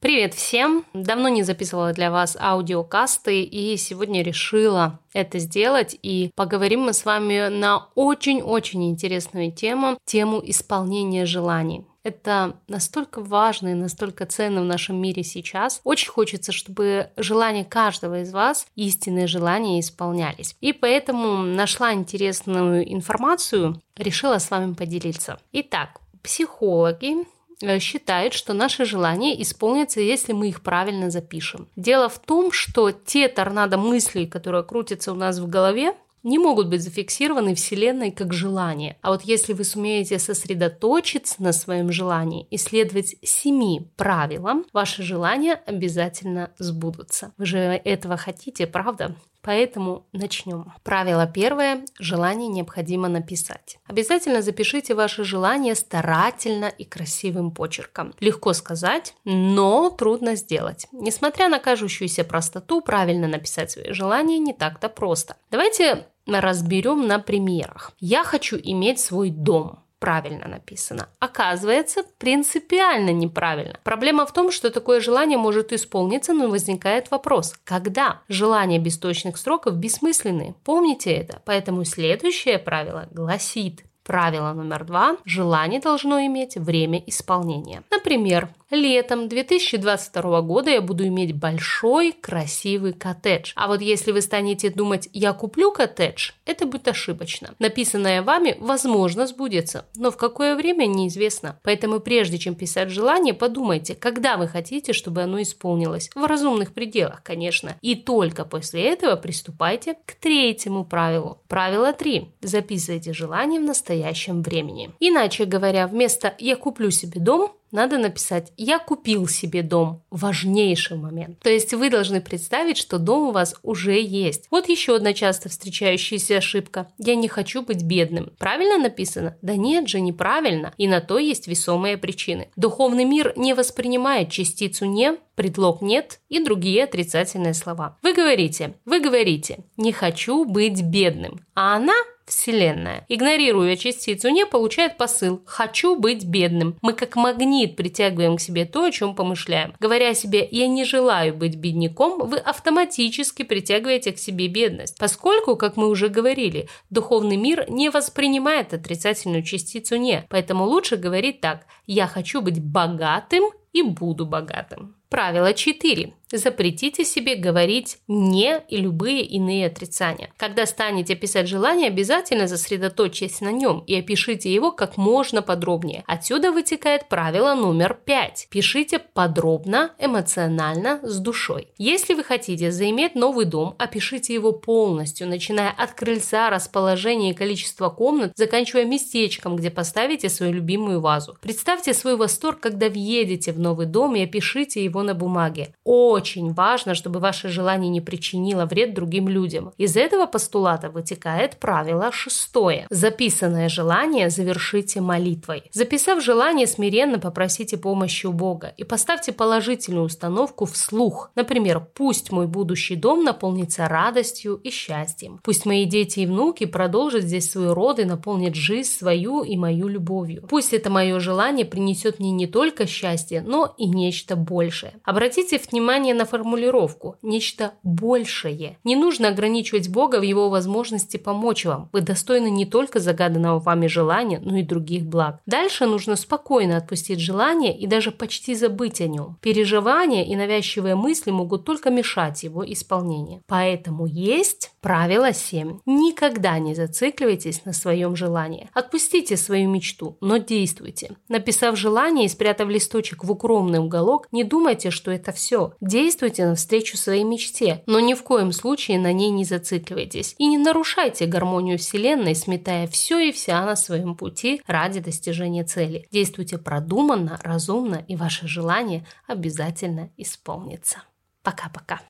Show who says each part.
Speaker 1: Привет всем! Давно не записывала для вас аудиокасты, и сегодня решила это сделать. И поговорим мы с вами на очень-очень интересную тему исполнения желаний. Это настолько важно и настолько ценно в нашем мире сейчас. Очень хочется, чтобы желания каждого из вас, истинные желания, исполнялись. И поэтому нашла интересную информацию, решила с вами поделиться. Итак, психологи считают, что наши желания исполнятся, если мы их правильно запишем. Дело в том, что те торнадо мыслей, которые крутятся у нас в голове, не могут быть зафиксированы Вселенной как желание. А вот если вы сумеете сосредоточиться на своем желании и следовать 7 правилам, ваши желания обязательно сбудутся. Вы же этого хотите, правда? Поэтому начнем. Правило первое. Желание необходимо написать. Обязательно запишите ваши желания старательно и красивым почерком. Легко сказать, но трудно сделать. Несмотря на кажущуюся простоту, правильно написать свои желания не так-то просто. Давайте разберем на примерах. Я хочу иметь свой дом. Правильно написано. Оказывается, принципиально неправильно. Проблема в том, что такое желание может исполниться, но возникает вопрос: когда? Желания без точных сроков бессмысленны. Помните это. Поэтому следующее правило гласит: правило номер 2. Желание должно иметь время исполнения. Например, летом 2022 года я буду иметь большой красивый коттедж. А вот если вы станете думать «я куплю коттедж», это будет ошибочно. Написанное вами, возможно, сбудется, но в какое время неизвестно. Поэтому прежде чем писать желание, подумайте, когда вы хотите, чтобы оно исполнилось. В разумных пределах, конечно. И только после этого приступайте к 3-му правилу. Правило 3. Записывайте желание в настоящем времени. Иначе говоря, вместо «я куплю себе дом» надо написать «я купил себе дом». Важнейший момент. То есть вы должны представить, что дом у вас уже есть. Вот еще одна часто встречающаяся ошибка. «Я не хочу быть бедным». Правильно написано? Да нет же, неправильно. И на то есть весомые причины. Духовный мир не воспринимает частицу «не», предлог «нет» и другие отрицательные слова. Вы говорите «не хочу быть бедным», а она, Вселенная, игнорируя частицу «не», получает посыл «хочу быть бедным». Мы как магнит притягиваем к себе то, о чем помышляем. Говоря себе «я не желаю быть бедняком», вы автоматически притягиваете к себе бедность, поскольку, как мы уже говорили, духовный мир не воспринимает отрицательную частицу «не». Поэтому лучше говорить так: «я хочу быть богатым и буду богатым». Правило 4. Запретите себе говорить «не» и любые иные отрицания. Когда станете писать желание, обязательно сосредоточьтесь на нем и опишите его как можно подробнее. Отсюда вытекает правило номер 5. Пишите подробно, эмоционально, с душой. Если вы хотите заиметь новый дом, опишите его полностью, начиная от крыльца, расположения и количества комнат, заканчивая местечком, где поставите свою любимую вазу. Представьте свой восторг, когда въедете в новый дом, и опишите его на бумаге. Очень важно, чтобы ваше желание не причинило вред другим людям. Из этого постулата вытекает правило 6. Записанное желание завершите молитвой. Записав желание, смиренно попросите помощи у Бога и поставьте положительную установку вслух. Например, пусть мой будущий дом наполнится радостью и счастьем. Пусть мои дети и внуки продолжат здесь свой род и наполнят жизнь свою и мою любовью. Пусть это мое желание принесет мне не только счастье, но и нечто большее. Обратите внимание на формулировку «нечто большее». Не нужно ограничивать Бога в его возможности помочь вам. Вы достойны не только загаданного вами желания, но и других благ. Дальше нужно спокойно отпустить желание и даже почти забыть о нем. Переживания и навязчивые мысли могут только мешать его исполнению. Поэтому есть правило 7. Никогда не зацикливайтесь на своем желании. Отпустите свою мечту, но действуйте. Написав желание и спрятав листочек в укромный уголок, не думайте, что это все. Действуйте навстречу своей мечте, но ни в коем случае на ней не зацикливайтесь. И не нарушайте гармонию Вселенной, сметая все и вся на своем пути ради достижения цели. Действуйте продуманно, разумно, и ваше желание обязательно исполнится. Пока-пока.